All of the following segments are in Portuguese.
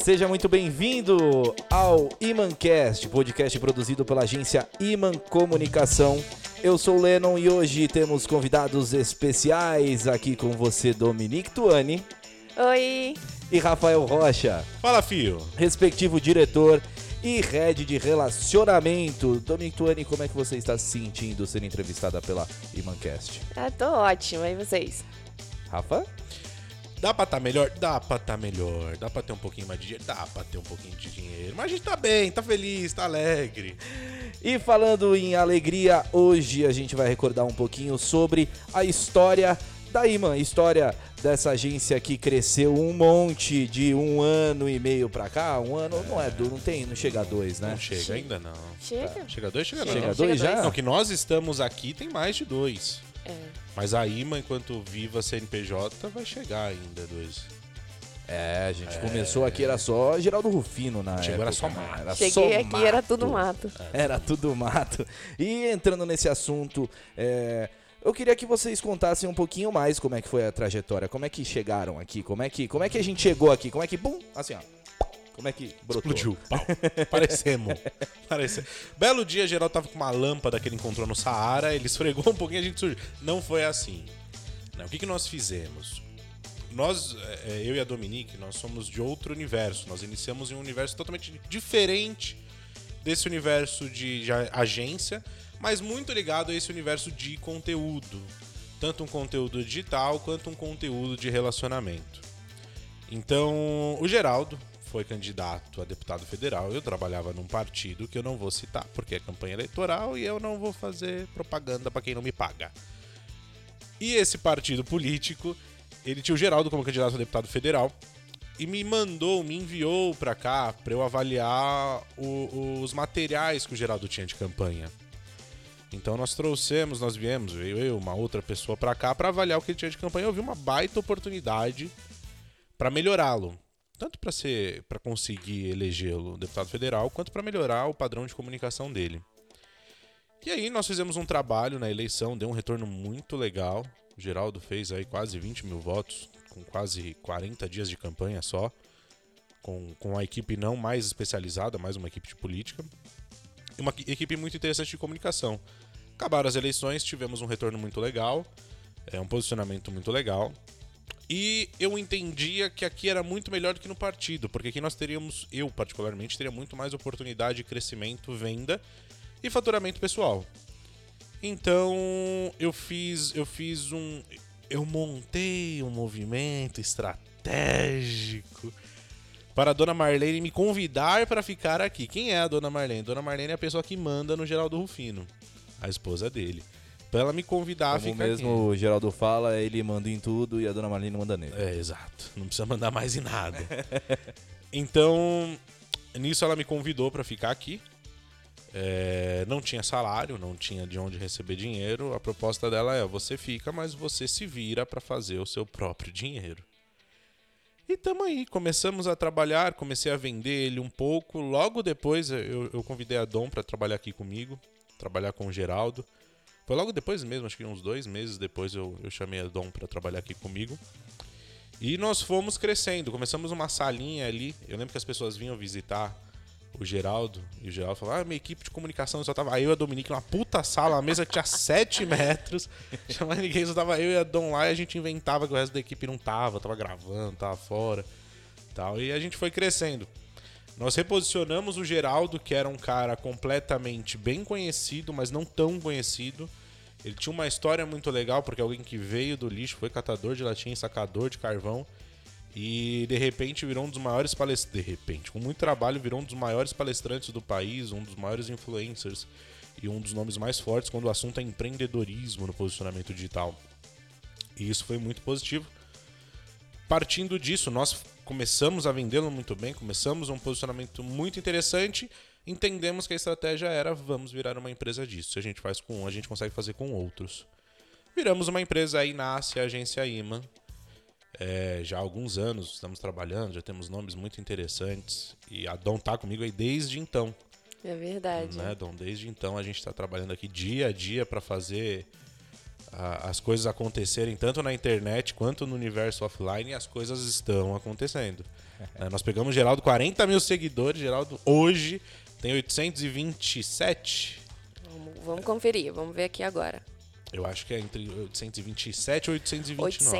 Seja muito bem-vindo ao Imancast, podcast produzido pela agência Iman Comunicação. Eu sou o Lennon e hoje temos convidados especiais aqui com você, Dominique Tuani. Oi! E Rafael Rocha. Fala, fio! Respectivo diretor e head de relacionamento. Dominique Tuani, como é que você está se sentindo sendo entrevistada pela Imancast? Tô ótima, e vocês? Rafa? Dá pra estar melhor? Dá pra estar melhor. Dá pra ter um pouquinho mais de dinheiro? Dá pra ter um pouquinho de dinheiro. Mas a gente tá bem, tá feliz, tá alegre. E falando em alegria, hoje a gente vai recordar um pouquinho sobre a história da Iman. História dessa agência que cresceu um monte de 1 ano e meio pra cá. 1 ano não chega a 2, né? Não chega ainda, não. Chega? Chega a 2? Chega não. Chega a 2 já? Não, que nós estamos aqui tem mais de 2. Mas a Iman, enquanto viva CNPJ, vai chegar ainda 2. A gente começou aqui, era só Geraldo Rufino na Chegou, época. era só mato. Era Cheguei só aqui, mato. era tudo mato. Era tudo mato. E entrando nesse assunto, eu queria que vocês contassem um pouquinho mais como é que foi a trajetória, como é que chegaram aqui, como é que a gente chegou aqui, como é que, bum, assim ó, como é que brotou. Explodiu, pau. Parecemos. Belo dia, Geraldo tava com uma lâmpada que ele encontrou no Saara, ele esfregou um pouquinho e a gente surgiu. Não foi assim. Não, o que nós fizemos? Nós, eu e a Dominique, nós somos de outro universo. Nós iniciamos em um universo totalmente diferente desse universo de agência, mas muito ligado a esse universo de conteúdo. Tanto um conteúdo digital quanto um conteúdo de relacionamento. Então, o Geraldo foi candidato a deputado federal. Eu trabalhava num partido que eu não vou citar, porque é campanha eleitoral e eu não vou fazer propaganda pra quem não me paga. E esse partido político, ele tinha o Geraldo como candidato a deputado federal e me enviou pra cá pra eu avaliar os materiais que o Geraldo tinha de campanha. Então nós viemos, veio eu, uma outra pessoa pra cá pra avaliar o que ele tinha de campanha. Eu vi uma baita oportunidade pra melhorá-lo. Tanto para conseguir elegê-lo deputado federal, quanto para melhorar o padrão de comunicação dele. E aí nós fizemos um trabalho na eleição, deu um retorno muito legal. O Geraldo fez aí quase 20 mil votos, com quase 40 dias de campanha só, com a equipe não mais especializada, mais uma equipe de política. E uma equipe muito interessante de comunicação. Acabaram as eleições, tivemos um retorno muito legal, um posicionamento muito legal. E eu entendia que aqui era muito melhor do que no partido, porque aqui nós teríamos, eu particularmente, teria muito mais oportunidade de crescimento, venda e faturamento pessoal. Então eu montei um movimento estratégico para a dona Marlene me convidar para ficar aqui. Quem é a dona Marlene? Dona Marlene é a pessoa que manda no Geraldo Rufino, a esposa dele. Pra ela me convidar a ficar Como mesmo aqui. O Geraldo fala, ele manda em tudo e a dona Marlene manda nele. Exato. Não precisa mandar mais em nada. Então, nisso ela me convidou pra ficar aqui. Não tinha salário, não tinha de onde receber dinheiro. A proposta dela é, você fica, mas você se vira pra fazer o seu próprio dinheiro. E tamo aí, começamos a trabalhar, comecei a vender ele um pouco. Logo depois eu convidei a Dom pra trabalhar aqui comigo, trabalhar com o Geraldo. Foi logo depois mesmo, acho que uns 2 meses depois eu chamei a Dom para trabalhar aqui comigo. E nós fomos crescendo, começamos uma salinha ali. Eu lembro que as pessoas vinham visitar o Geraldo, e o Geraldo falava, minha equipe de comunicação só tava eu e a Dominique numa puta sala, uma mesa que tinha 7 metros. Tinha mais ninguém, só tava eu e a Dom lá e a gente inventava que o resto da equipe não tava gravando, tava fora. Tal, e a gente foi crescendo. Nós reposicionamos o Geraldo, que era um cara completamente bem conhecido, mas não tão conhecido. Ele tinha uma história muito legal, porque alguém que veio do lixo, foi catador de latinha, sacador de carvão, e de repente virou um dos maiores palestrantes. De repente, com muito trabalho, virou um dos maiores palestrantes do país, um dos maiores influencers e um dos nomes mais fortes quando o assunto é empreendedorismo no posicionamento digital. E isso foi muito positivo. Partindo disso, nós começamos a vendê-lo muito bem, começamos um posicionamento muito interessante, entendemos que a estratégia era, vamos virar uma empresa disso. Se a gente faz com um, a gente consegue fazer com outros. Viramos uma empresa, aí nasce a agência Iman. Já há alguns anos estamos trabalhando, já temos nomes muito interessantes, e a Dom tá comigo aí desde então. É verdade. Né, Dom? Desde então a gente está trabalhando aqui dia a dia para fazer as coisas acontecerem tanto na internet quanto no universo offline, e as coisas estão acontecendo. Nós pegamos Geraldo, 40 mil seguidores, Geraldo hoje tem 827. Vamos conferir, vamos ver aqui agora. Eu acho que é entre 827 e 829.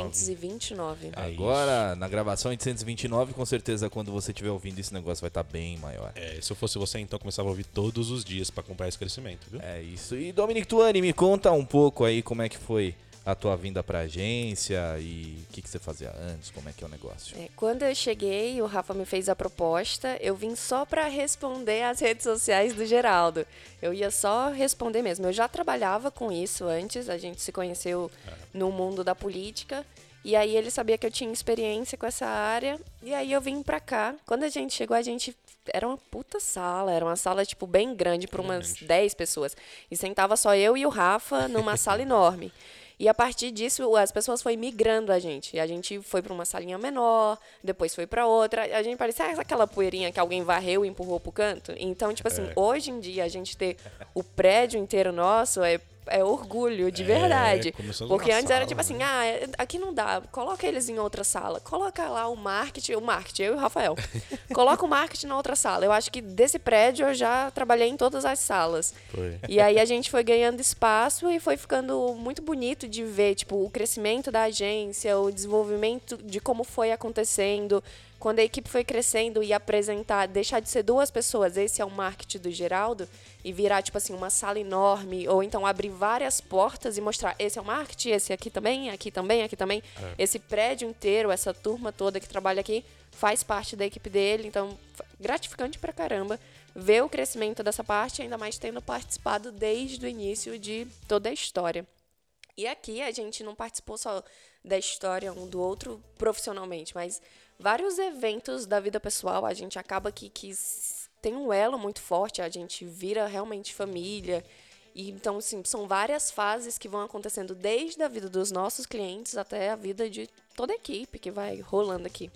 829. Agora, na gravação 829, com certeza, quando você estiver ouvindo, esse negócio vai estar bem maior. Se eu fosse você, então, começava a ouvir todos os dias para acompanhar esse crescimento, viu? É isso. E Dominic Tuani, me conta um pouco aí como é que foi a tua vinda pra agência e o que você fazia antes, como é que é o negócio. Quando eu cheguei, o Rafa me fez a proposta, eu vim só para responder às redes sociais do Geraldo. Eu ia só responder mesmo. Eu já trabalhava com isso antes, a gente se conheceu no mundo da política. E aí ele sabia que eu tinha experiência com essa área. E aí eu vim pra cá. Quando a gente chegou, era uma puta sala. Era uma sala, tipo, bem grande para umas 10 pessoas. E sentava só eu e o Rafa numa sala enorme. E a partir disso, as pessoas foram migrando a gente. E a gente foi para uma salinha menor, depois foi para outra. A gente parecia aquela poeirinha que alguém varreu e empurrou pro canto. Então, tipo assim, hoje em dia, a gente ter o prédio inteiro nosso é orgulho, de verdade. Porque antes era tipo assim, aqui não dá, coloca eles em outra sala. Coloca lá o marketing, eu e o Rafael. Coloca o marketing na outra sala. Eu acho que desse prédio eu já trabalhei em todas as salas. Foi. E aí a gente foi ganhando espaço e foi ficando muito bonito de ver, tipo, o crescimento da agência, o desenvolvimento de como foi acontecendo. Quando a equipe foi crescendo e apresentar, deixar de ser 2 pessoas, esse é o marketing do Geraldo, e virar, tipo assim, uma sala enorme, ou então abrir várias portas e mostrar, esse é o marketing, esse aqui também, aqui também, aqui também. Esse prédio inteiro, essa turma toda que trabalha aqui, faz parte da equipe dele, então, gratificante pra caramba ver o crescimento dessa parte, ainda mais tendo participado desde o início de toda a história. E aqui a gente não participou só da história um do outro profissionalmente, mas vários eventos da vida pessoal, a gente acaba que tem um elo muito forte, a gente vira realmente família. E, então, assim, são várias fases que vão acontecendo desde a vida dos nossos clientes até a vida de toda a equipe que vai rolando aqui.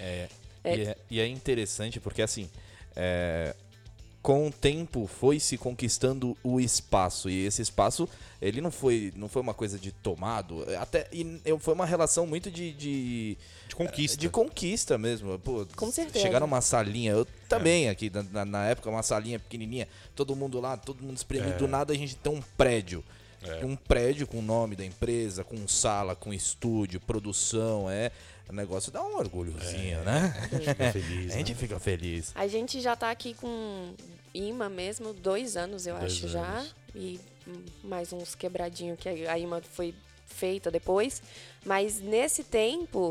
E é interessante porque, assim, com o tempo foi se conquistando o espaço. E esse espaço, ele não foi uma coisa de tomado. Foi uma relação muito de conquista. De conquista mesmo. Pô, com certeza. Chegar numa salinha, eu também aqui, na época, uma salinha pequenininha, todo mundo lá, todo mundo espremido. Do nada a gente tem um prédio. Um prédio com o nome da empresa, com sala, com estúdio, produção, o negócio dá um orgulhozinho, né? Feliz, a gente fica feliz. A gente já tá aqui com IMA mesmo, 2 anos, eu acho já. E mais uns quebradinhos que a IMA foi feita depois. Mas nesse tempo,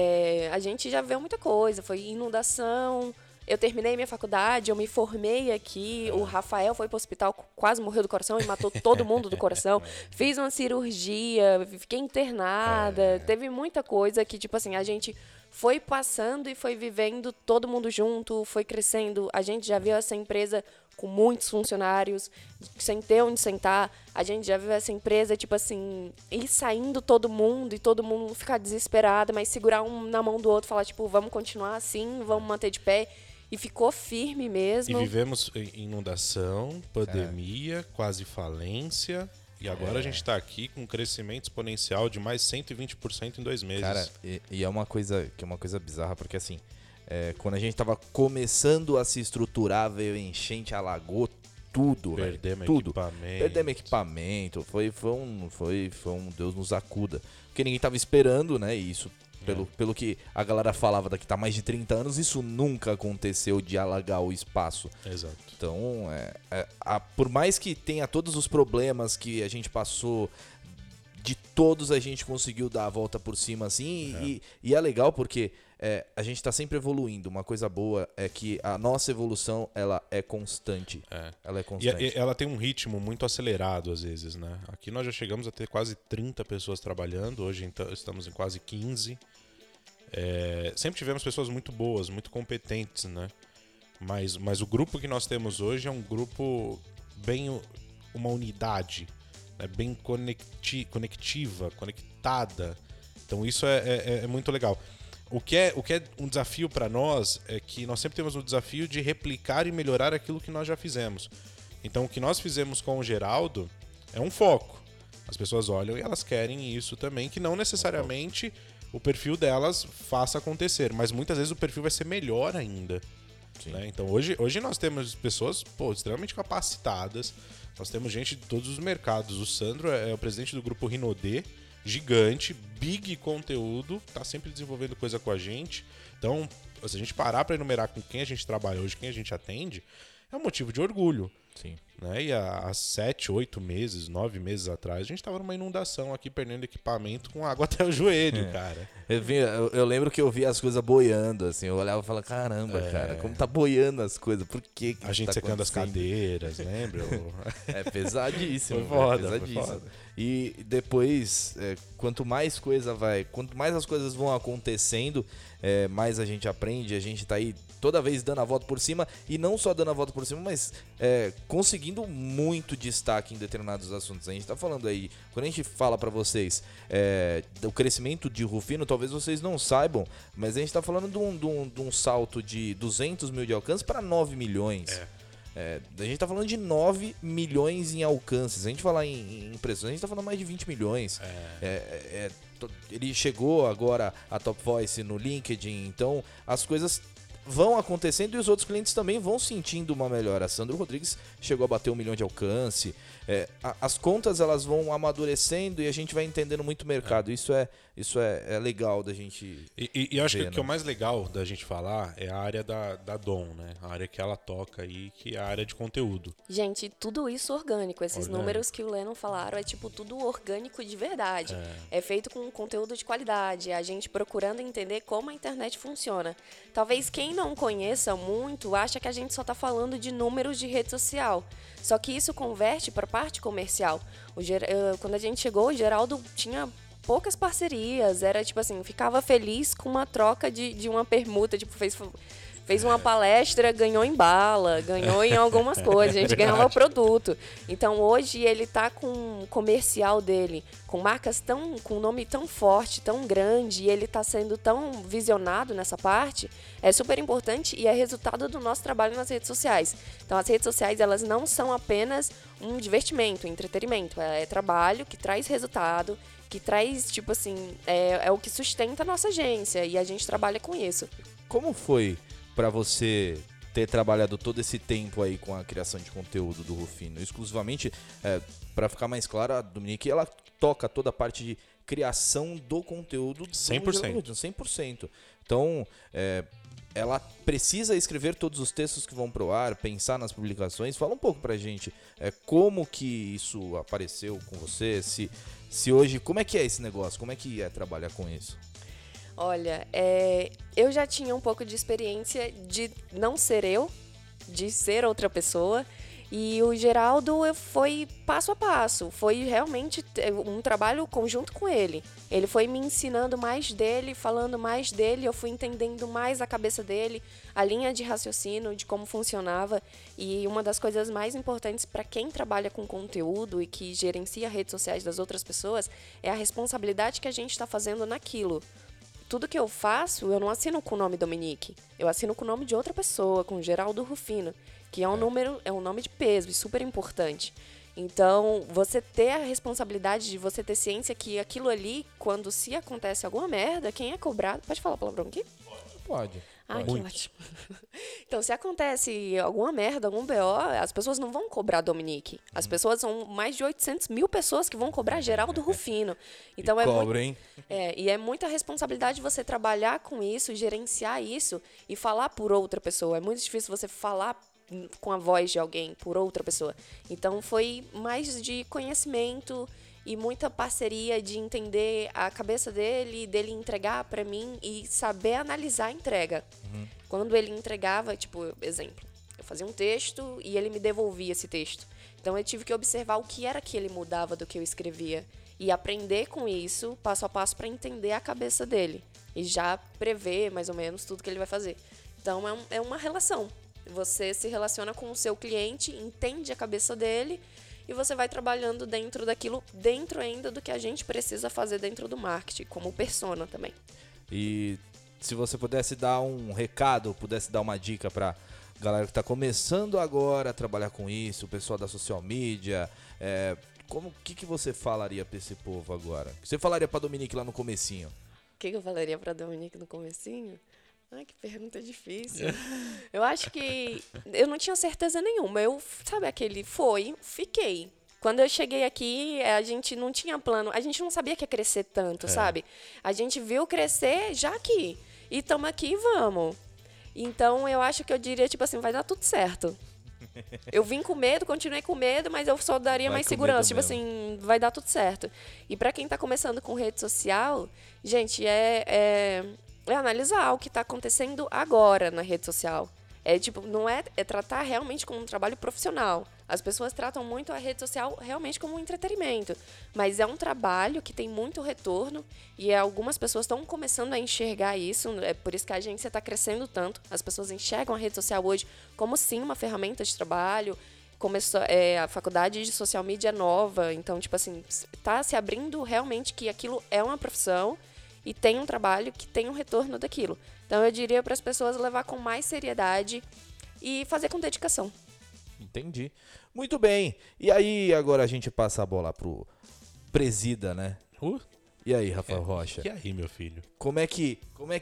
a gente já viu muita coisa. Foi inundação. Eu terminei minha faculdade, eu me formei aqui. O Rafael foi pro hospital, quase morreu do coração e matou todo mundo do coração. Fiz uma cirurgia, fiquei internada. Teve muita coisa que, tipo assim, a gente foi passando e foi vivendo todo mundo junto, foi crescendo. A gente já viu essa empresa com muitos funcionários, sem ter onde sentar. A gente já viu essa empresa, tipo assim, ir saindo todo mundo e todo mundo ficar desesperado, mas segurar um na mão do outro e falar, tipo, vamos continuar assim, vamos manter de pé. E ficou firme mesmo. E vivemos inundação, pandemia, quase falência. E agora a gente está aqui com um crescimento exponencial de mais 120% em 2 meses. Cara, e é uma coisa bizarra, porque assim, quando a gente tava começando a se estruturar, veio enchente, alagou tudo, Perdemos tudo. equipamento. Perdemos equipamento, foi um Deus nos acuda. Porque ninguém tava esperando, né, isso. Pelo que a galera falava daqui tá mais de 30 anos, isso nunca aconteceu de alagar o espaço. Exato. Então, por mais que tenha todos os problemas que a gente passou, de todos a gente conseguiu dar a volta por cima, assim, e é legal porque a gente tá sempre evoluindo. Uma coisa boa é que a nossa evolução, ela é constante. Ela é constante. E ela tem um ritmo muito acelerado, às vezes, né? Aqui nós já chegamos a ter quase 30 pessoas trabalhando, hoje então, estamos em quase 15. Sempre tivemos pessoas muito boas, muito competentes, né? Mas o grupo que nós temos hoje é um grupo bem uma unidade, né? Bem conectiva, conectada. Então isso é muito legal. O que é um desafio para nós é que nós sempre temos o desafio de replicar e melhorar aquilo que nós já fizemos. Então o que nós fizemos com o Geraldo é um foco. As pessoas olham e elas querem isso também, que não necessariamente o perfil delas faça acontecer, mas muitas vezes o perfil vai ser melhor ainda. Né? Então hoje nós temos pessoas extremamente capacitadas, nós temos gente de todos os mercados. O Sandro é o presidente do grupo Rinodê, gigante, big conteúdo, tá sempre desenvolvendo coisa com a gente. Então, se a gente parar para enumerar com quem a gente trabalha hoje, quem a gente atende, é um motivo de orgulho. Sim. Né? E há 7, 8 meses, 9 meses atrás, a gente tava numa inundação aqui, perdendo equipamento com água até o joelho, cara. Eu lembro que eu via as coisas boiando, assim, eu olhava e falava, caramba, cara, como tá boiando as coisas, por que a gente tá secando as cadeiras, lembra? É pesadíssimo. Foi foda, pesadíssimo. foi foda. E depois, quanto mais as coisas vão acontecendo, mais a gente aprende, a gente tá aí toda vez dando a volta por cima, e não só dando a volta por cima, mas conseguindo muito destaque em determinados assuntos. A gente tá falando aí, quando a gente fala pra vocês do crescimento de Rufino, talvez vocês não saibam, mas a gente tá falando de um salto de 200 mil de alcance para 9 milhões. A gente tá falando de 9 milhões em alcances. Se a gente falar em impressões, a gente tá falando mais de 20 milhões. Ele chegou agora a Top Voice no LinkedIn, então as coisas vão acontecendo e os outros clientes também vão sentindo uma melhora. Sandro Rodrigues chegou a bater 1 milhão de alcance. As contas elas vão amadurecendo e a gente vai entendendo muito o mercado. Isso é legal da gente E eu acho ver, que o mais legal da gente falar é a área da Dom, né? A área que ela toca aí, que é a área de conteúdo. Gente, tudo isso orgânico. Esses números que o Lennon falaram é tipo tudo orgânico de verdade. É feito com conteúdo de qualidade. A gente procurando entender como a internet funciona. Talvez quem não conheça muito acha que a gente só tá falando de números de rede social. Só que isso converte para parte comercial. Quando a gente chegou, o Geraldo tinha poucas parcerias. Era tipo assim, ficava feliz com uma troca de uma permuta. Tipo, fez uma palestra, ganhou em bala, ganhou em algumas coisas, a gente ganhava produto. Então hoje ele tá com o comercial dele, com marcas com um nome tão forte, tão grande, e ele tá sendo tão visionado nessa parte, é super importante e é resultado do nosso trabalho nas redes sociais. Então as redes sociais, elas não são apenas um divertimento, um entretenimento, é trabalho que traz resultado, que traz, tipo assim, é o que sustenta a nossa agência e a gente trabalha com isso. Como foi para você ter trabalhado todo esse tempo aí com a criação de conteúdo do Rufino? Exclusivamente, para ficar mais claro, a Dominique, ela toca toda a parte de criação do conteúdo do 100%. 100%. Então, ela precisa escrever todos os textos que vão pro ar, pensar nas publicações. Fala um pouco pra gente como que isso apareceu com você, se hoje, como é que é esse negócio, como é que é trabalhar com isso? Olha, eu já tinha um pouco de experiência de não ser eu, de ser outra pessoa. E o Geraldo foi passo a passo, foi realmente um trabalho conjunto com ele. Ele foi me ensinando mais dele, falando mais dele, eu fui entendendo mais a cabeça dele, a linha de raciocínio, de como funcionava. E uma das coisas mais importantes para quem trabalha com conteúdo e que gerencia redes sociais das outras pessoas é a responsabilidade que a gente está fazendo naquilo. Tudo que eu faço, eu não assino com o nome Dominique. Eu assino com o nome de outra pessoa, com Geraldo Rufino, que é um nome de peso e super importante. Então, você ter a responsabilidade de você ter ciência que aquilo ali, quando se acontece alguma merda, quem é cobrado... Pode falar palavrão aqui? Pode. Ah, que ótimo. Então, se acontece alguma merda, algum BO, as pessoas não vão cobrar Dominique. As pessoas são mais de 800 mil pessoas que vão cobrar Geraldo Rufino. Então, hein? E é muita responsabilidade você trabalhar com isso, gerenciar isso e falar por outra pessoa. É muito difícil você falar com a voz de alguém, por outra pessoa. Então, foi mais de conhecimento e muita parceria de entender a cabeça dele entregar para mim e saber analisar a entrega. Quando ele entregava, tipo, exemplo, eu fazia um texto e ele me devolvia esse texto. Então eu tive que observar o que era que ele mudava do que eu escrevia e aprender com isso, passo a passo, para entender a cabeça dele e já prever mais ou menos tudo que ele vai fazer. Então é uma relação. Você se relaciona com o seu cliente, entende a cabeça dele e você vai trabalhando dentro daquilo, dentro ainda do que a gente precisa fazer dentro do marketing, como persona também. E se você pudesse dar um recado, pudesse dar uma dica pra galera que tá começando agora a trabalhar com isso, o pessoal da social media, O que você falaria pra esse povo agora? O que você falaria pra Dominique lá no comecinho? O que eu falaria pra Dominique no comecinho? Ai, que pergunta difícil. Eu acho que eu não tinha certeza nenhuma. Sabe aquele fiquei. Quando eu cheguei aqui, a gente não tinha plano, a gente não sabia que ia crescer tanto, sabe? A gente viu crescer já aqui. E estamos aqui e vamos. Então, eu acho que eu diria, tipo assim, vai dar tudo certo. Eu vim com medo, continuei com medo, mas eu só daria mais segurança. Tipo assim, vai dar tudo certo. E pra quem tá começando com rede social, gente, é analisar o que está acontecendo agora na rede social. Não é tratar realmente como um trabalho profissional. As pessoas tratam muito a rede social realmente como um entretenimento. Mas é um trabalho que tem muito retorno e algumas pessoas estão começando a enxergar isso. É por isso que a agência está crescendo tanto. As pessoas enxergam a rede social hoje como, sim, uma ferramenta de trabalho. Começou, a faculdade de social media é nova. Então, tipo assim, está se abrindo realmente que aquilo é uma profissão e tem um trabalho que tem um retorno daquilo. Então, eu diria para as pessoas levar com mais seriedade e fazer com dedicação. Entendi. Muito bem. E aí, agora a gente passa a bola pro presida, né? E aí, Rafael Rocha? E aí, meu filho? Como é que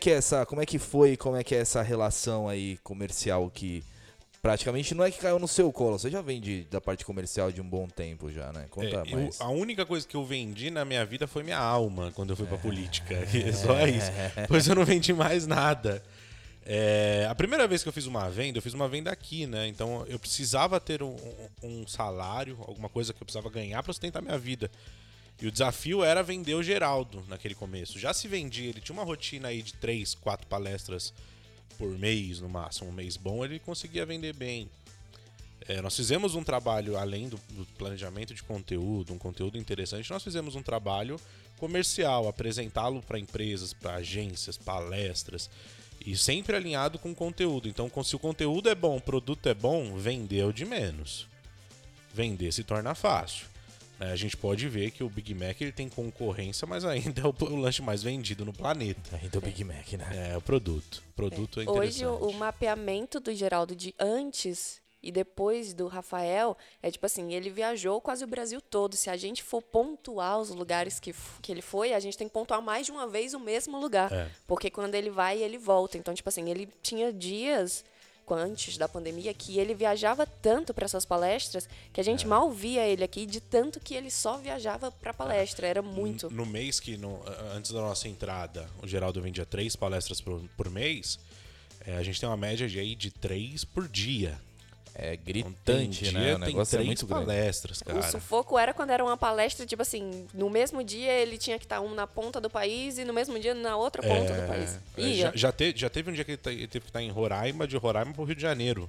é essa relação aí comercial que praticamente não é que caiu no seu colo, você já vem da parte comercial de um bom tempo já, né? Conta mais. A única coisa que eu vendi na minha vida foi minha alma quando eu fui pra política. Só isso. Pois eu não vendi mais nada. A primeira vez que eu fiz uma venda aqui, né? Então eu precisava ter um salário, alguma coisa que eu precisava ganhar pra sustentar minha vida. E o desafio era vender o Geraldo naquele começo. Já se vendia, ele tinha uma rotina aí de 3, 4 palestras por mês, no máximo, um mês bom, ele conseguia vender bem. Nós fizemos um trabalho, além do planejamento de conteúdo, um conteúdo interessante, nós fizemos um trabalho comercial, apresentá-lo para empresas, para agências, palestras, e sempre alinhado com o conteúdo. Então, se o conteúdo é bom, o produto é bom, vender é o de menos. Vender se torna fácil. A gente pode ver que o Big Mac ele tem concorrência, mas ainda é o lanche mais vendido no planeta. Ainda é o Big Mac, né? É o produto. O produto é interessante. Hoje, o mapeamento do Geraldo de antes e depois do Rafael é tipo assim, ele viajou quase o Brasil todo. Se a gente for pontuar os lugares que ele foi, a gente tem que pontuar mais de uma vez o mesmo lugar. Porque quando ele vai, ele volta. Então, tipo assim, ele tinha dias antes da pandemia que ele viajava tanto para essas palestras que a gente mal via ele aqui de tanto que ele só viajava para palestra, era muito. No mês antes da nossa entrada, o Geraldo vendia 3 palestras por mês, a gente tem uma média de 3 por dia. É gritante, né? O negócio é muito grande. Palestras, cara. O sufoco era quando era uma palestra, tipo assim, no mesmo dia ele tinha que estar na ponta do país e no mesmo dia na outra ponta do país. Já teve um dia que ele teve que estar em Roraima, de Roraima pro Rio de Janeiro.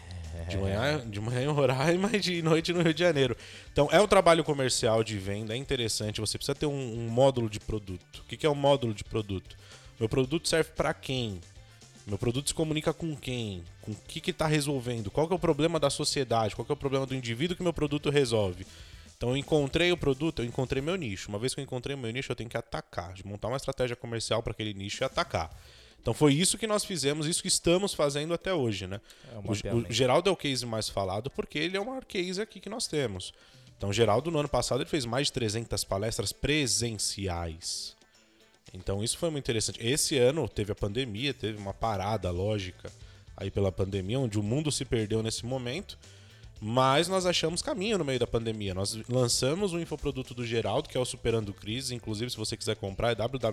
De manhã em Roraima e de noite no Rio de Janeiro. Então, é um trabalho comercial de venda, é interessante. Você precisa ter um módulo de produto. O que é um módulo de produto? Meu produto serve para quem? Meu produto se comunica com quem? Com o que está resolvendo? Qual que é o problema da sociedade? Qual que é o problema do indivíduo que meu produto resolve? Então eu encontrei o produto, eu encontrei meu nicho. Uma vez que eu encontrei meu nicho, eu tenho que atacar, montar uma estratégia comercial para aquele nicho e atacar. Então foi isso que nós fizemos, isso que estamos fazendo até hoje, né? O Geraldo é o case mais falado porque ele é o maior case aqui que nós temos. Então o Geraldo no ano passado ele fez mais de 300 palestras presenciais. Então isso foi muito interessante. Esse ano teve a pandemia, teve uma parada lógica aí pela pandemia, onde o mundo se perdeu nesse momento, mas nós achamos caminho no meio da pandemia. Nós lançamos o infoproduto do Geraldo, que é o Superando Crises. Inclusive, se você quiser comprar, é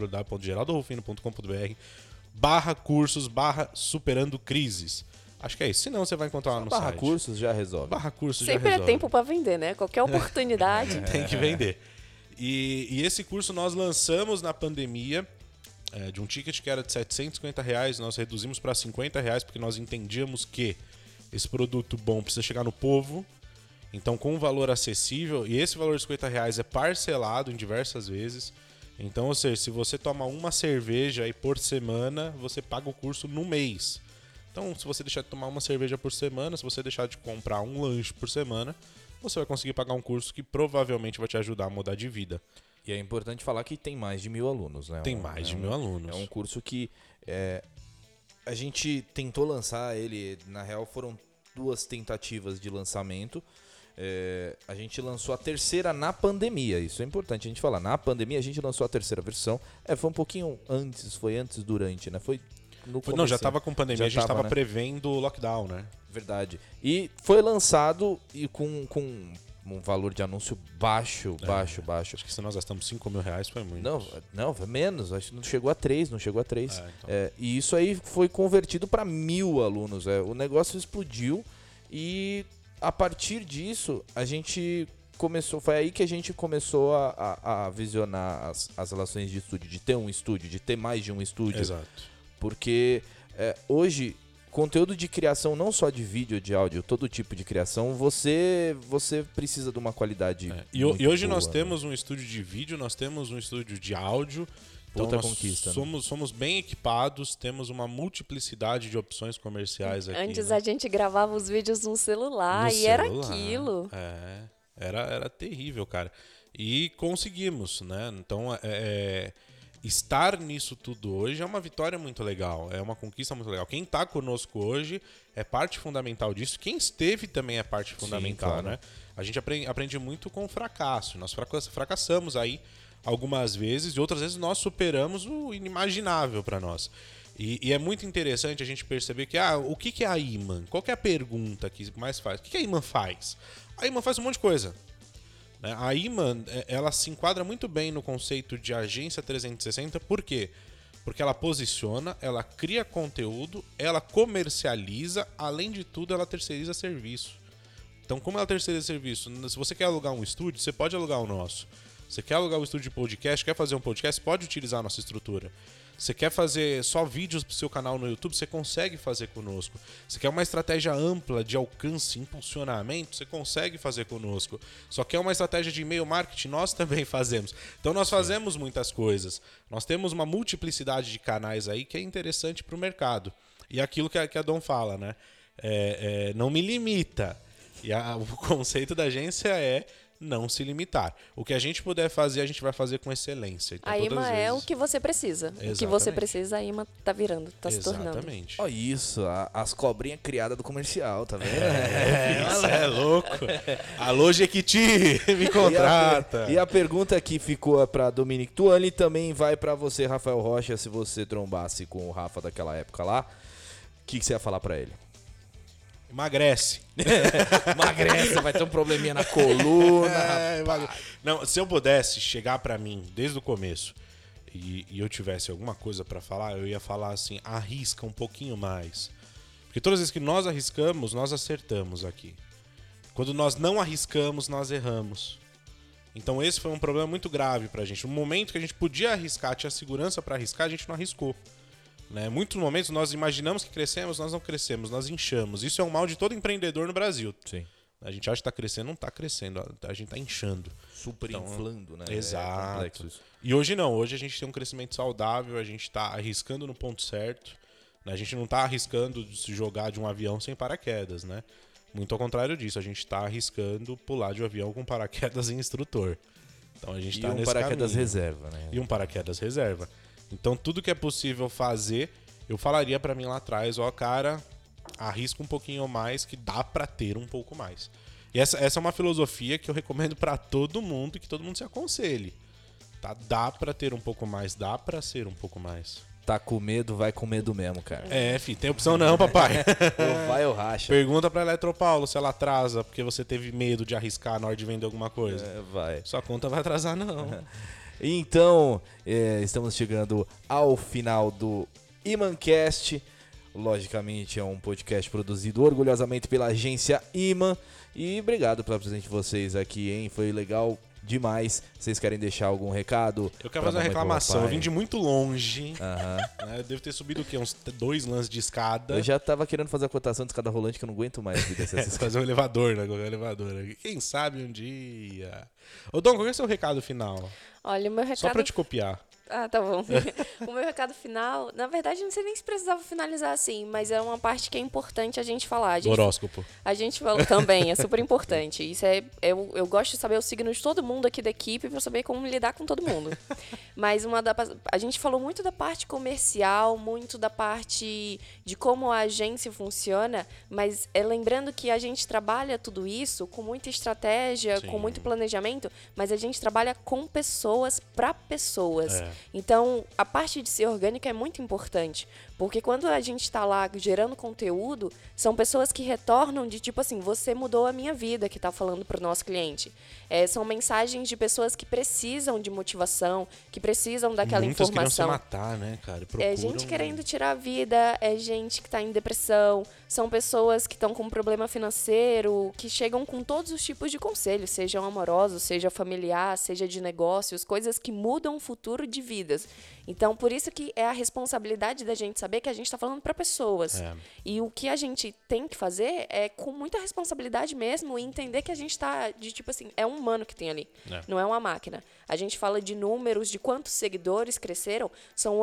www.geraldorufino.com.br/cursos/superando crises. Acho que é isso. Se não, você vai encontrar lá no site. /cursos já resolve. /cursos já resolve. Sempre é tempo para vender, né? Qualquer oportunidade. Tem que vender. E esse curso nós lançamos na pandemia, de um ticket que era de R$750, nós reduzimos para R$50 porque nós entendíamos que esse produto bom precisa chegar no povo, então com um valor acessível, e esse valor de R$50 é parcelado em diversas vezes. Então, ou seja, se você toma uma cerveja aí por semana, você paga o curso no mês. Então, se você deixar de tomar uma cerveja por semana, se você deixar de comprar um lanche por semana, você vai conseguir pagar um curso que provavelmente vai te ajudar a mudar de vida. E é importante falar que tem mais de 1.000 alunos, né? Tem mais de 1.000 alunos. É um curso que a gente tentou lançar ele, na real foram 2 tentativas de lançamento. A gente lançou a terceira na pandemia, isso é importante a gente falar. Na pandemia a gente lançou a terceira versão. Foi um pouquinho antes, foi antes, durante, né? Foi no começo. Não, já tava com pandemia, a gente tava né? prevendo o lockdown, né? Verdade. E foi lançado e com um valor de anúncio baixo. Acho que se nós gastamos R$5.000 foi muito. Não, foi menos. Acho que não chegou a 3. Então. E isso aí foi convertido para 1.000 alunos. O negócio explodiu e a partir disso a gente começou. Foi aí que a gente começou a visionar as relações de estúdio, de ter um estúdio, de ter mais de um estúdio. Exato. Porque hoje, conteúdo de criação, não só de vídeo, de áudio, todo tipo de criação, você precisa de uma qualidade E hoje boa, nós né? temos um estúdio de vídeo, nós temos um estúdio de áudio. Puta Então nós conquista, né? somos bem equipados, temos uma multiplicidade de opções comerciais aqui. Antes né? a gente gravava os vídeos no celular No era celular. aquilo. Era terrível, cara. E conseguimos, né? Então, estar nisso tudo hoje é uma vitória muito legal, é uma conquista muito legal. Quem tá conosco hoje é parte fundamental disso. Quem esteve também é parte fundamental, claro. né? A gente aprende muito com o fracasso. Nós fracassamos aí algumas vezes e outras vezes nós superamos o inimaginável para nós. E é muito interessante a gente perceber que, o que é a Iman? Qual que é a pergunta que mais faz? O que a Iman faz? A Iman faz um monte de coisa. Né? A Iman, ela se enquadra muito bem no conceito de agência 360, por quê? Porque ela posiciona, ela cria conteúdo, ela comercializa, além de tudo ela terceiriza serviço. Então, como ela terceiriza serviço? Se você quer alugar um estúdio, você pode alugar o nosso. Você quer alugar o estúdio de podcast, quer fazer um podcast, pode utilizar a nossa estrutura. Você quer fazer só vídeos pro seu canal no YouTube, você consegue fazer conosco. Você quer uma estratégia ampla de alcance, impulsionamento, você consegue fazer conosco. Só quer uma estratégia de e-mail marketing, nós também fazemos. Então nós fazemos muitas coisas. Nós temos uma multiplicidade de canais aí que é interessante pro mercado. E aquilo que a Dom fala, né? Não me limita. E o conceito da agência é não se limitar. O que a gente puder fazer, a gente vai fazer com excelência. Então, A IMA é o que você precisa. Exatamente. O que você precisa, a IMA tá virando, tá se tornando. Exatamente. Ó, isso, as cobrinhas criadas do comercial, tá vendo? Isso é louco. Alô, Jequiti, me contrata. E a pergunta que ficou pra Dominique Tuani também vai pra você, Rafael Rocha, se você trombasse com o Rafa daquela época lá, o que você ia falar pra ele? Emagrece. Emagrece, vai ter um probleminha na coluna. Não, se eu pudesse chegar pra mim desde o começo e eu tivesse alguma coisa pra falar, eu ia falar assim, arrisca um pouquinho mais. Porque todas as vezes que nós arriscamos, nós acertamos aqui. Quando nós não arriscamos, nós erramos. Então esse foi um problema muito grave pra gente. No momento que a gente podia arriscar, tinha segurança pra arriscar, a gente não arriscou. Né? Muitos momentos nós imaginamos que crescemos, nós não crescemos, nós inchamos. Isso é um mal de todo empreendedor no Brasil. Sim. A gente acha que está crescendo, não está crescendo, a gente está inchando. Super inflando, né? Exato. É complexo isso. E hoje não, hoje a gente tem um crescimento saudável, a gente está arriscando no ponto certo, né? A gente não está arriscando de se jogar de um avião sem paraquedas, né? Muito ao contrário disso, a gente está arriscando pular de um avião com paraquedas em instrutor. Então a gente está nesse paraquedas caminho. reserva, né? E um paraquedas reserva. Então tudo que é possível fazer, eu falaria pra mim lá atrás, cara, arrisca um pouquinho mais que dá pra ter um pouco mais. E essa é uma filosofia que eu recomendo pra todo mundo e que todo mundo se aconselhe. Tá? Dá pra ter um pouco mais, dá pra ser um pouco mais. Tá com medo, vai com medo mesmo, cara. Filho, tem opção não, papai. Ou vai ou racha. Pergunta pra Eletropaulo se ela atrasa porque você teve medo de arriscar na hora de vender alguma coisa. Vai. Sua conta vai atrasar não. Então, estamos chegando ao final do Imancast. Logicamente, é um podcast produzido orgulhosamente pela agência Iman. E obrigado pela presença de vocês aqui, hein? Foi legal demais. Vocês querem deixar algum recado? Eu quero fazer uma reclamação. Eu vim de muito longe. Aham. Né? Eu devo ter subido o quê? Uns 2 lances de escada. Eu já tava querendo fazer a cotação de escada rolante que eu não aguento mais descer essa escada. Fazer um elevador, né? Colocar um elevador. Quem sabe um dia. Ô, Dom, qual é o seu recado final? Olha, o meu recado... Só pra te copiar. Ah, tá bom. O meu recado final, na verdade, não sei nem se precisava finalizar assim, mas é uma parte que é importante a gente falar. Horóscopo. A gente falou também, é super importante. Isso eu gosto de saber o signo de todo mundo aqui da equipe para saber como lidar com todo mundo. Mas a gente falou muito da parte comercial, muito da parte de como a agência funciona, mas lembrando que a gente trabalha tudo isso com muita estratégia, Sim. com muito planejamento, mas a gente trabalha com pessoas para pessoas. É. Então, a parte de ser orgânica é muito importante, porque quando a gente está lá gerando conteúdo, são pessoas que retornam de tipo assim, você mudou a minha vida, que está falando para o nosso cliente. São mensagens de pessoas que precisam de motivação, que precisam daquela Muitas informação. queriam se matar, né, cara? É gente querendo tirar a vida, é gente que está em depressão, são pessoas que estão com problema financeiro, que chegam com todos os tipos de conselhos, sejam amorosos, seja familiar, seja de negócios, coisas que mudam o futuro de vidas. Então, por isso que é a responsabilidade da gente saber que a gente está falando para pessoas. E o que a gente tem que fazer é com muita responsabilidade mesmo e entender que a gente está de tipo assim, é um humano que tem ali, não é uma máquina. A gente fala de números, de quantos seguidores cresceram, são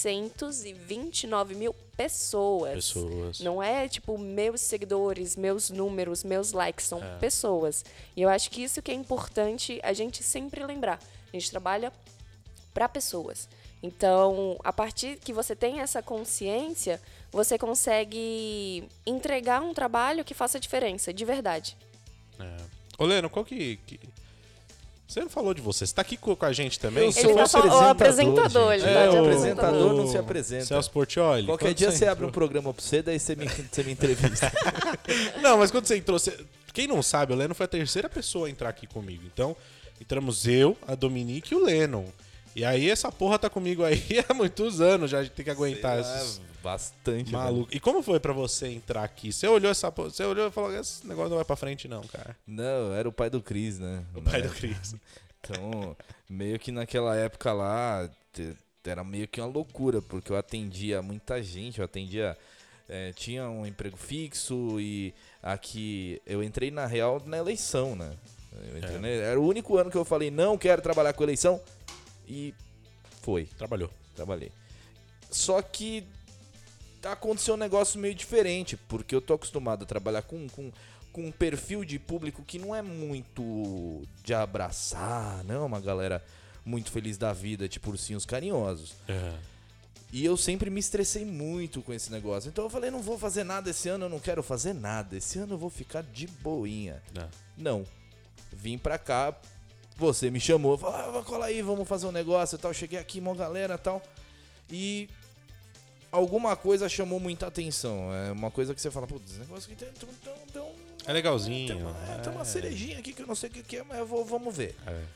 829 mil pessoas. Não é tipo meus seguidores, meus números, meus likes, são pessoas. E eu acho que isso que é importante a gente sempre lembrar. A gente trabalha para pessoas. Então, a partir que você tem essa consciência, você consegue entregar um trabalho que faça diferença, de verdade. Ô, Leno, qual que... Você não falou de você. Você tá aqui com a gente também? Eu sou Ele tá falando o apresentador. gente. Ele tá de o apresentador. apresentador não se apresenta. Celso Portiolli. Qualquer quando dia você abre entrou- um programa pra você, daí você me entrevista. Não, mas quando você entrou... Quem não sabe, o Leno foi a terceira pessoa a entrar aqui comigo. Então, entramos eu, a Dominique e o Lennon. E aí essa porra tá comigo aí há muitos anos já, a gente tem que aguentar esses Bastante. malucos. E como foi pra você entrar aqui? Você olhou essa porra, você olhou e falou, esse negócio não vai pra frente não, cara. Não, era o pai do Cris, né? O pai do Cris. Então, meio que naquela época lá, era meio que uma loucura, porque eu atendia muita gente, tinha um emprego fixo e aqui eu entrei na real na eleição, né? Era o único ano que eu falei, não quero trabalhar com eleição e trabalhei. Só que aconteceu um negócio meio diferente, porque eu tô acostumado a trabalhar com um perfil de público que não é muito de abraçar, não, uma galera muito feliz da vida, tipo ursinhos carinhosos. E eu sempre me estressei muito com esse negócio. Então eu falei, não vou fazer nada esse ano, eu não quero fazer nada. Esse ano eu vou ficar de boinha. Não. Vim pra cá, você me chamou, falou, cola aí, vamos fazer um negócio e tal. Cheguei aqui, uma galera e tal. E alguma coisa chamou muita atenção. É uma coisa que você fala, putz, esse negócio aqui tem É legalzinho. tem uma cerejinha aqui que eu não sei o que é, mas vamos ver.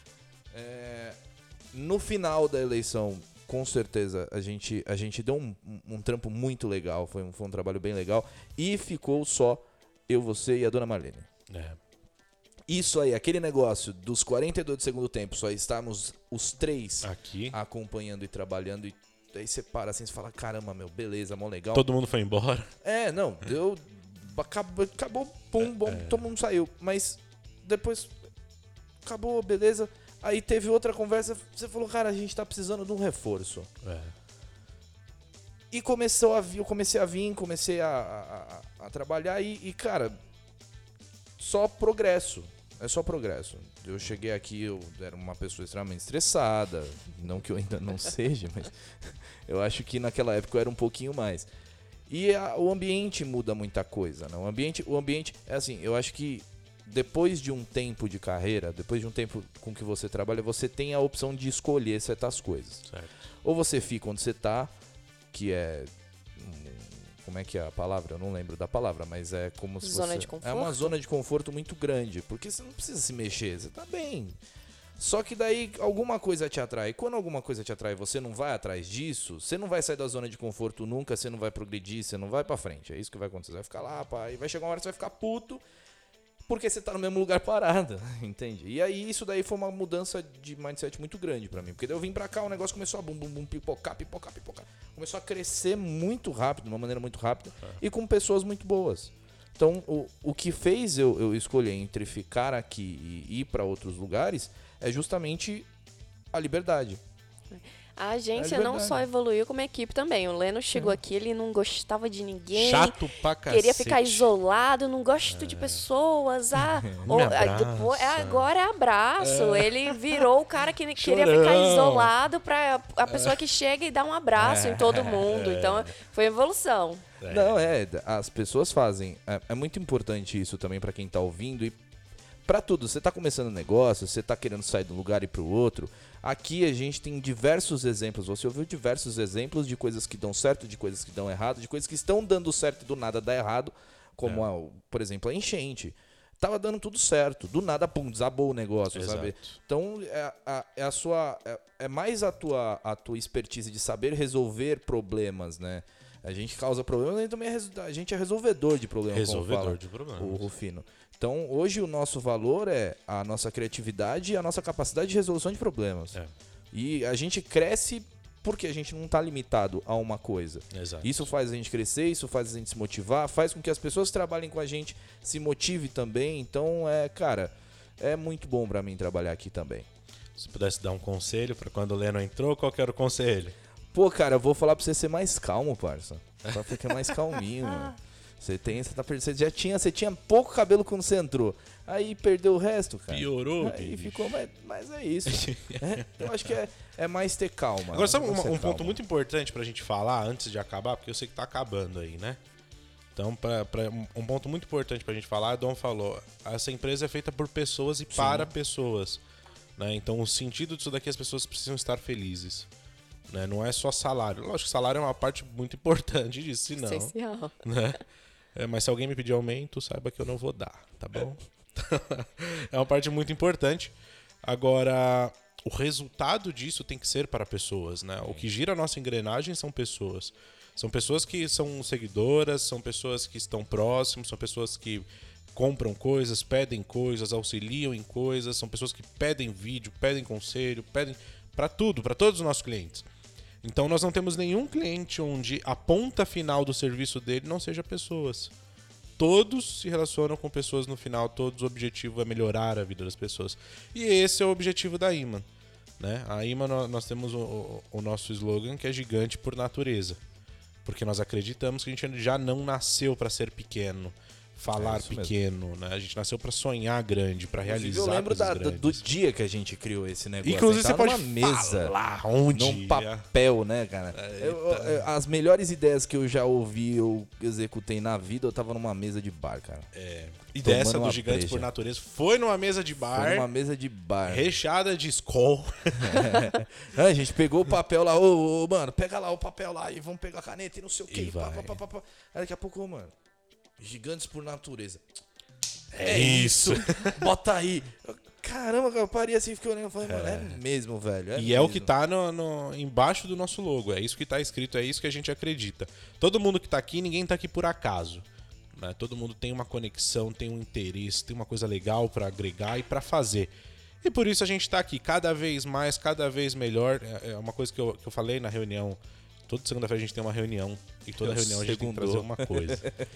No final da eleição, com certeza, a gente deu um trampo muito legal. Foi um trabalho bem legal. E ficou só eu, você e a dona Marlene. Isso aí, aquele negócio dos 42 do segundo tempo, só estamos os três Aqui. acompanhando e trabalhando. E aí você para assim e fala, caramba, meu, beleza, mó legal. Todo mundo foi embora. Não, deu... Acabou, pum, bom, todo mundo saiu. Mas depois acabou, beleza. Aí teve outra conversa, você falou, cara, a gente tá precisando de um reforço. E eu comecei a vir, comecei a trabalhar e, cara, só progresso. É só progresso. Eu cheguei aqui, eu era uma pessoa extremamente estressada. Não que eu ainda não seja, mas eu acho que naquela época eu era um pouquinho mais. E o ambiente muda muita coisa, né? O ambiente é assim, eu acho que depois de um tempo de carreira, depois de um tempo com que você trabalha, você tem a opção de escolher certas coisas. Certo. Ou você fica onde você tá, que é... Como é que é a palavra? Eu não lembro da palavra, mas é como se Zona você... de conforto? É uma zona de conforto muito grande, porque você não precisa se mexer, você tá bem. Só que daí alguma coisa te atrai. Quando alguma coisa te atrai e você não vai atrás disso, você não vai sair da zona de conforto nunca, você não vai progredir, você não vai pra frente. É isso que vai acontecer. Você vai ficar lá, pá, e vai chegar uma hora que você vai ficar puto porque você tá no mesmo lugar parado, entende? E aí isso daí foi uma mudança de mindset muito grande pra mim. Porque daí eu vim pra cá, o negócio começou a pipocar. Começou a crescer muito rápido, de uma maneira muito rápida, e com pessoas muito boas. Então, o que fez eu escolher entre ficar aqui e ir pra outros lugares é justamente a liberdade. A agência É não verdade. só evoluiu, como a equipe também. O Leno chegou aqui, ele não gostava de ninguém. Chato pra cacete. Queria ficar isolado, não gosto de pessoas. Me abraça. Agora é abraço. Ele virou o cara que queria ficar isolado pra a pessoa que chega e dá um abraço em todo mundo. Então, foi evolução. Não, as pessoas fazem. É muito importante isso também pra quem tá ouvindo e pra tudo. Você tá começando um negócio, você tá querendo sair de um lugar e pro outro. Aqui a gente tem diversos exemplos. Você ouviu diversos exemplos de coisas que dão certo, de coisas que dão errado, de coisas que estão dando certo e do nada dá errado. Como, por exemplo, a enchente. Tava dando tudo certo. Do nada, pum, desabou o negócio, Exato. sabe? Então, é mais a tua expertise de saber resolver problemas, né? A gente causa problemas e também a gente é resolvedor de problemas. Resolvedor de problemas. O Rufino. Então, hoje o nosso valor é a nossa criatividade e a nossa capacidade de resolução de problemas. E a gente cresce porque a gente não está limitado a uma coisa. Exato. Isso faz a gente crescer, isso faz a gente se motivar, faz com que as pessoas que trabalhem com a gente se motivem também. Então, cara, é muito bom para mim trabalhar aqui também. Se pudesse dar um conselho pra quando o Leno entrou, qual que era o conselho? Pô, cara, eu vou falar pra você ser mais calmo, parça. Pra ficar mais calminho, mano. Você tinha pouco cabelo quando você entrou. Aí perdeu o resto, cara. Piorou, Aí bicho. ficou, mas é isso. Eu acho que é mais ter calma. Agora, sabe Vamos ter um ponto calma. muito importante pra gente falar antes de acabar? Porque eu sei que tá acabando aí, né? Então, um ponto muito importante pra gente falar, a Dom falou, essa empresa é feita por pessoas e para pessoas. Né? Então, o sentido disso daqui, as pessoas precisam estar felizes. Né? Não é só salário. Lógico que salário é uma parte muito importante disso, senão... Essencial. Né? Mas se alguém me pedir aumento, saiba que eu não vou dar, tá bom? É uma parte muito importante. Agora, o resultado disso tem que ser para pessoas, né? O que gira a nossa engrenagem são pessoas. São pessoas que são seguidoras, são pessoas que estão próximos, são pessoas que compram coisas, pedem coisas, auxiliam em coisas, são pessoas que pedem vídeo, pedem conselho, pedem para tudo, para todos os nossos clientes. Então nós não temos nenhum cliente onde a ponta final do serviço dele não seja pessoas. Todos se relacionam com pessoas no final, todos o objetivo é melhorar a vida das pessoas. E esse é o objetivo da Iman. Né? A Iman, nós temos o nosso slogan que é gigante por natureza. Porque nós acreditamos que a gente já não nasceu para ser pequeno, falar pequeno, né? A gente nasceu para sonhar grande, para realizar eu lembro coisas do grandes. dia que a gente criou esse negócio. Inclusive você pode numa mesa, falar onde, num papel, né, cara? As melhores ideias que eu já ouvi, eu executei na vida, eu tava numa mesa de bar, cara. E dessa Tomando do uma Gigantes breja. por Natureza foi numa mesa de bar, Foi numa mesa de bar. recheada de Skol. A gente pegou o papel lá, ô, mano, pega lá o papel lá e vamos pegar a caneta e não sei o E que. vai. Aí daqui a pouco, mano, Gigantes por Natureza. É isso. Bota aí. Caramba, cara, eu parei assim, fiquei olhando e falei, mano, é mesmo, velho. E é o que tá embaixo do nosso logo. É isso que tá escrito, é isso que a gente acredita. Todo mundo que tá aqui, ninguém tá aqui por acaso. Né? Todo mundo tem uma conexão, tem um interesse, tem uma coisa legal pra agregar e pra fazer. E por isso a gente tá aqui cada vez mais, cada vez melhor. É uma coisa que eu falei na reunião. Toda segunda-feira a gente tem uma reunião. E toda reunião a gente tem que trazer uma coisa.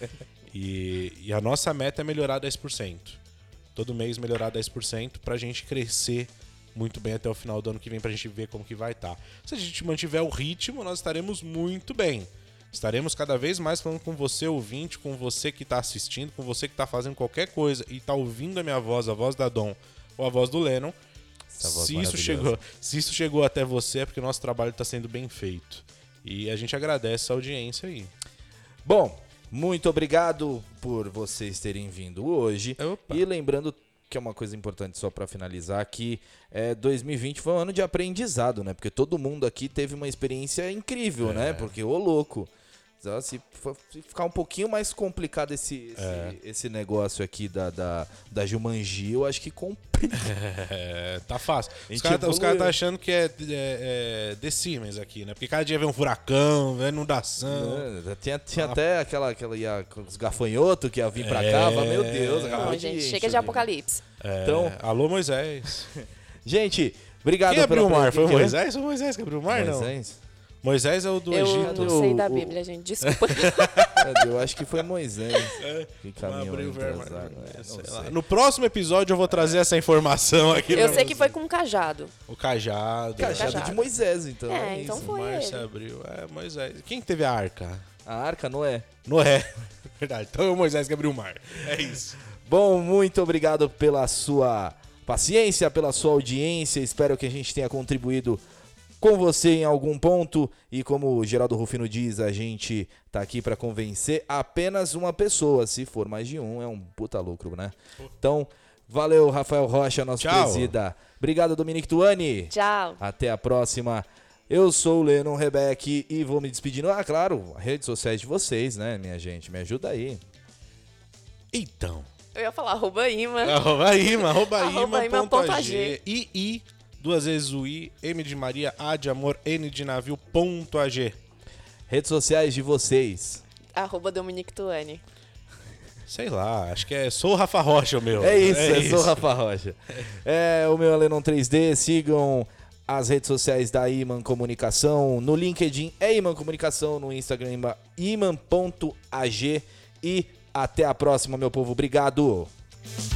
E a nossa meta é melhorar 10%. Todo mês melhorar 10% pra gente crescer muito bem até o final do ano que vem, pra gente ver como que vai estar. Se a gente mantiver o ritmo, nós estaremos muito bem. Estaremos cada vez mais falando com você, ouvinte, com você que tá assistindo, com você que tá fazendo qualquer coisa e tá ouvindo a minha voz, a voz da Dom ou a voz do Lennon. Se isso chegou até você é porque o nosso trabalho tá sendo bem feito. E a gente agradece a audiência aí. Bom, muito obrigado por vocês terem vindo hoje. Opa. E lembrando que é uma coisa importante só pra finalizar, que 2020 foi um ano de aprendizado, né? Porque todo mundo aqui teve uma experiência incrível, né? Porque, ô louco, se ficar um pouquinho mais complicado esse negócio aqui da Jumanji, eu acho que complica. Tá fácil. Os gente caras tá achando que é The Siemens aqui, né? Porque cada dia vem um furacão, vem inundação. Tinha até os gafanhotos que ia vir pra cá. Meu Deus, acabou Não, gente, chega de apocalipse. Então, Alô, Moisés. Gente, obrigado Quem abriu o mar? Foi o Quem- Moisés? Foi o Moisés que abriu o mar, não? Moisés? Moisés é o do Eu Egito. não sei da Bíblia, gente. Desculpa. Eu acho que foi Moisés que caminhou Abriu entre as vermelho. águas. Sei Não lá. sei. No próximo episódio eu vou trazer essa informação aqui. Eu pra sei que você. foi com um cajado. O cajado. Cajado Cajado. de Moisés, então. É, É então isso. foi Márcio ele. abriu. Moisés. Quem que teve a arca? A arca, Noé. Noé. Verdade. Então é o Moisés que abriu o mar. É isso. Bom, muito obrigado pela sua paciência, pela sua audiência. Espero que a gente tenha contribuído com você em algum ponto. E como o Geraldo Rufino diz, a gente tá aqui para convencer apenas uma pessoa. Se for mais de um, é um puta lucro, né? Então, valeu, Rafael Rocha, nosso Tchau. presida. Obrigado, Dominique Tuani. Tchau. Até a próxima. Eu sou o Lennon Rebeck e vou me despedindo. Ah, claro, redes sociais de vocês, né, minha gente? Me ajuda aí. Então. Eu ia falar @ima. @ima.ag. I, duas vezes o I, M de Maria, A de amor, N de navio, .ag. Redes sociais de vocês. @Dominique Tuani. Sei lá, acho que sou o Rafa Rocha o meu. É isso, sou o Rafa Rocha. O meu é Lennon 3D. Sigam as redes sociais da Iman Comunicação. No LinkedIn é Iman Comunicação, no Instagram iman.ag. E até a próxima, meu povo. Obrigado.